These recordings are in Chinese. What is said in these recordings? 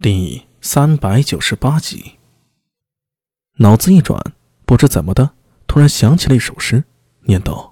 第398集。脑子一转，不知怎么的，突然想起了一首诗，念道：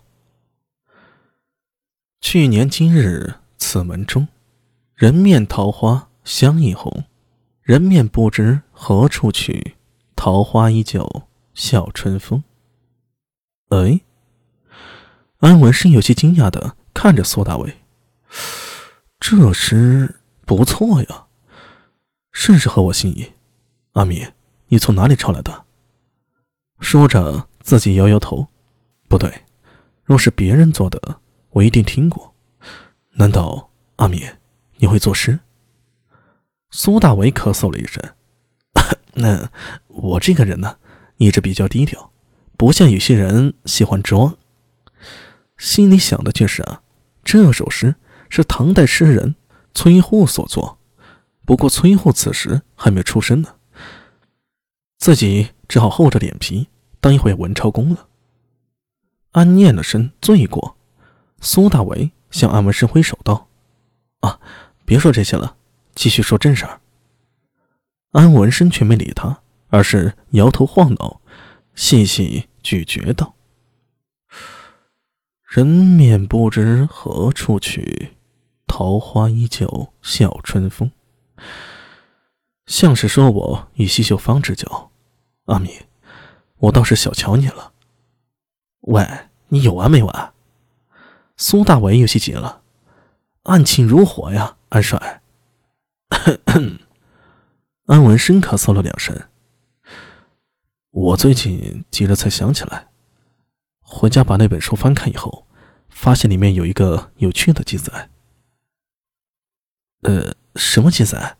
去年今日此门中，人面桃花相映红。人面不知何处去，桃花依旧笑春风。哎，安文生有些惊讶地看着苏大伟，这诗不错呀，甚是合我心意。阿米，你从哪里抄来的？说着自己摇摇头，不对，若是别人做的，我一定听过。难道阿米你会作诗？苏大伟咳嗽了一声，那我这个人呢，一直比较低调，不像有些人喜欢装。心里想的却是这首诗是唐代诗人崔护所作，不过崔护此时还没有出生呢，自己只好厚着脸皮当一回文抄工了。安念了声罪过，苏大伟向安文生挥手道：别说这些了，继续说正事儿。安文生却没理他，而是摇头晃脑，细细咀嚼道：人面不知何处去，桃花依旧笑春风。像是说我与西秀芳之交。阿米，我倒是小瞧你了。喂，你有完没完？苏大伟有些急了，案情如火呀，安帅。安文生咳嗽了2声。我最近急着才想起来，回家把那本书翻看以后，发现里面有一个有趣的记载。什么记载？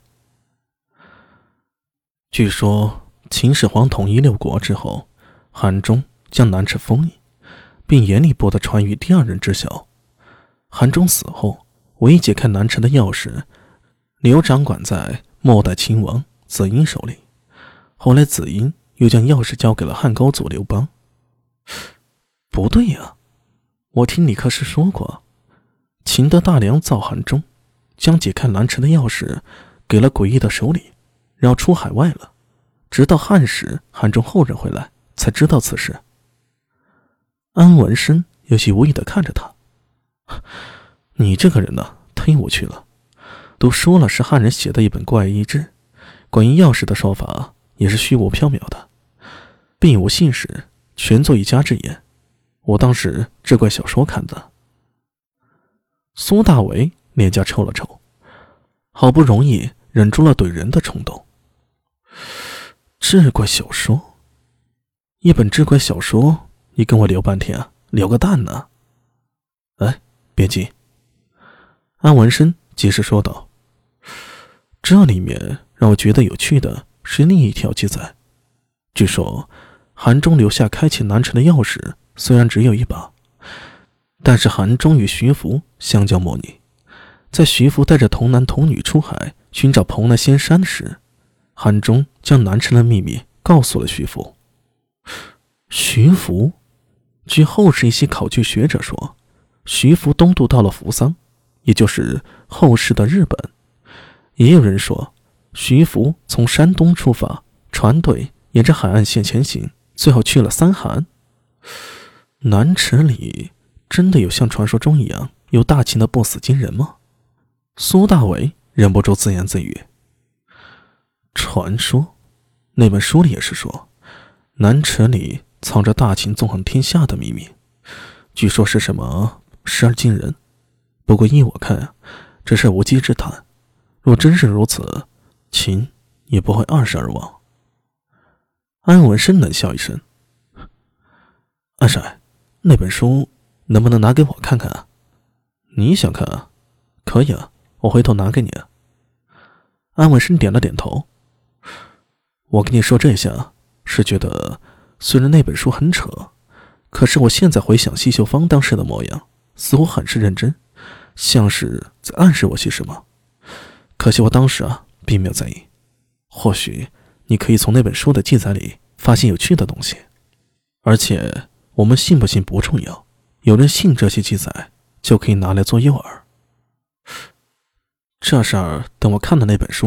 据说秦始皇统一6国之后，韩忠将南池封印，并严厉剥夺传于第2人知晓。韩忠死后，唯一解开南池的钥匙刘掌管在末代秦王子婴手里，后来子婴又将钥匙交给了汉高祖刘邦。不对呀，我听李克师说过，秦的大梁造韩忠，将解开南池的钥匙给了诡异的首领，然后出海外了，直到汉时韩忠后人回来才知道此事。安文生有些无意地看着他，你这个人呢，忒无趣了。都说了是汉人写的一本怪异志，关于钥匙的说法也是虚无缥缈的，并无信实，全做一家之言。我当时这怪小说看的。苏大伟脸颊抽了抽，好不容易忍住了怼人的冲动。志怪小说？一本志怪小说，你跟我聊半天聊个蛋呢？哎，别急。安文生及时说道，这里面让我觉得有趣的是另一条记载。据说韩忠留下开启南池的钥匙虽然只有一把，但是韩忠与徐福相交莫逆，在徐福带着童男童女出海寻找蓬莱仙山时，韩忠将南池的秘密告诉了徐福。徐福？据后世一些考据学者说，徐福东渡到了扶桑，也就是后世的日本。也有人说，徐福从山东出发，船队沿着海岸线前行，最后去了三韩。南池里真的有像传说中一样有大秦的不死金人吗？苏大伟忍不住自言自语。传说？那本书里也是说，南池里藏着大秦纵横天下的秘密，据说是什么12金人。不过依我看这是无稽之谈，若真是如此，秦也不会20而亡。安文生冷笑一声，安帅，那本书能不能拿给我看看？你想看？可以我回头拿给你。安文生点了点头。我跟你说这些是觉得虽然那本书很扯，可是我现在回想西秀芳当时的模样，似乎很是认真，像是在暗示我些什么。可惜我当时并没有在意。或许你可以从那本书的记载里发现有趣的东西，而且我们信不信不重要，有人信这些记载就可以拿来做诱饵。这事儿等我看了那本书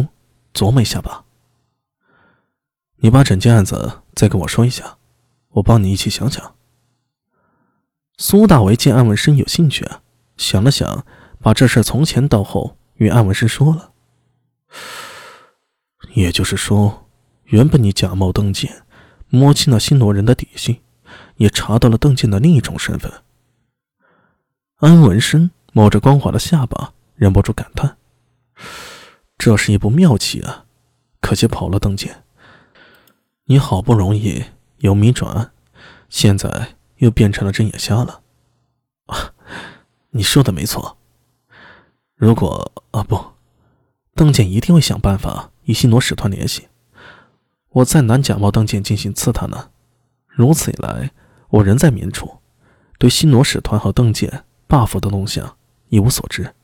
琢磨一下吧。你把整件案子再跟我说一下，我帮你一起想想。苏大为见安文生有兴趣，想了想，把这事从前到后与安文生说了。也就是说，原本你假冒邓健，摸清了新罗人的底细，也查到了邓健的另一种身份。安文生摸着光滑的下巴，忍不住感叹：这是一步妙棋啊！可惜跑了邓健。你好不容易由明转暗，现在又变成了睁眼瞎了。你说的没错。如果不，邓健一定会想办法与新罗使团联系，我再难假冒邓健进行刺探呢。如此一来，我人在明处，对新罗使团和邓健 buff 的动向一无所知。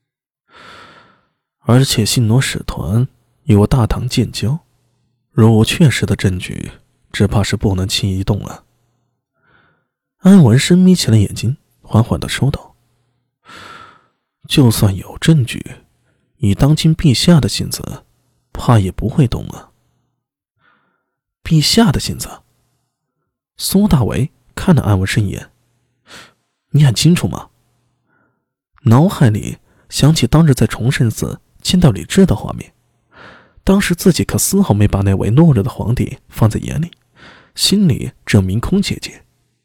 而且新罗使团与我大唐建交，若无确实的证据，只怕是不能轻易动了。安文生眯起了眼睛，缓缓地说道：就算有证据，以当今陛下的性子，怕也不会动啊。陛下的性子？苏大为看了安文生一眼：你很清楚吗？脑海里想起当日在崇圣寺见到李治的画面，当时自己可丝毫没把那位懦弱的皇帝放在眼里，心里只有明空姐姐。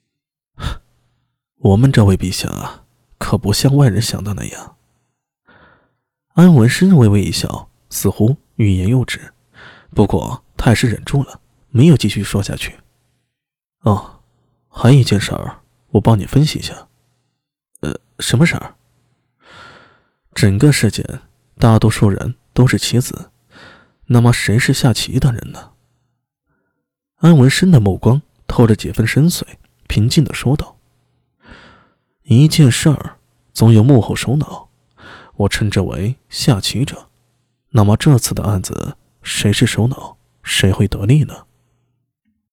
我们这位陛下可不像外人想的那样。安文生微微一笑，似乎欲言又止，不过他还是忍住了，没有继续说下去。还有一件事儿，我帮你分析一下。什么事儿？整个事件大多数人都是棋子，那么谁是下棋的人呢？安文生的目光透着几分深邃，平静地说道：一件事儿总有幕后首脑，我称之为下棋者。那么这次的案子，谁是首脑，谁会得利呢？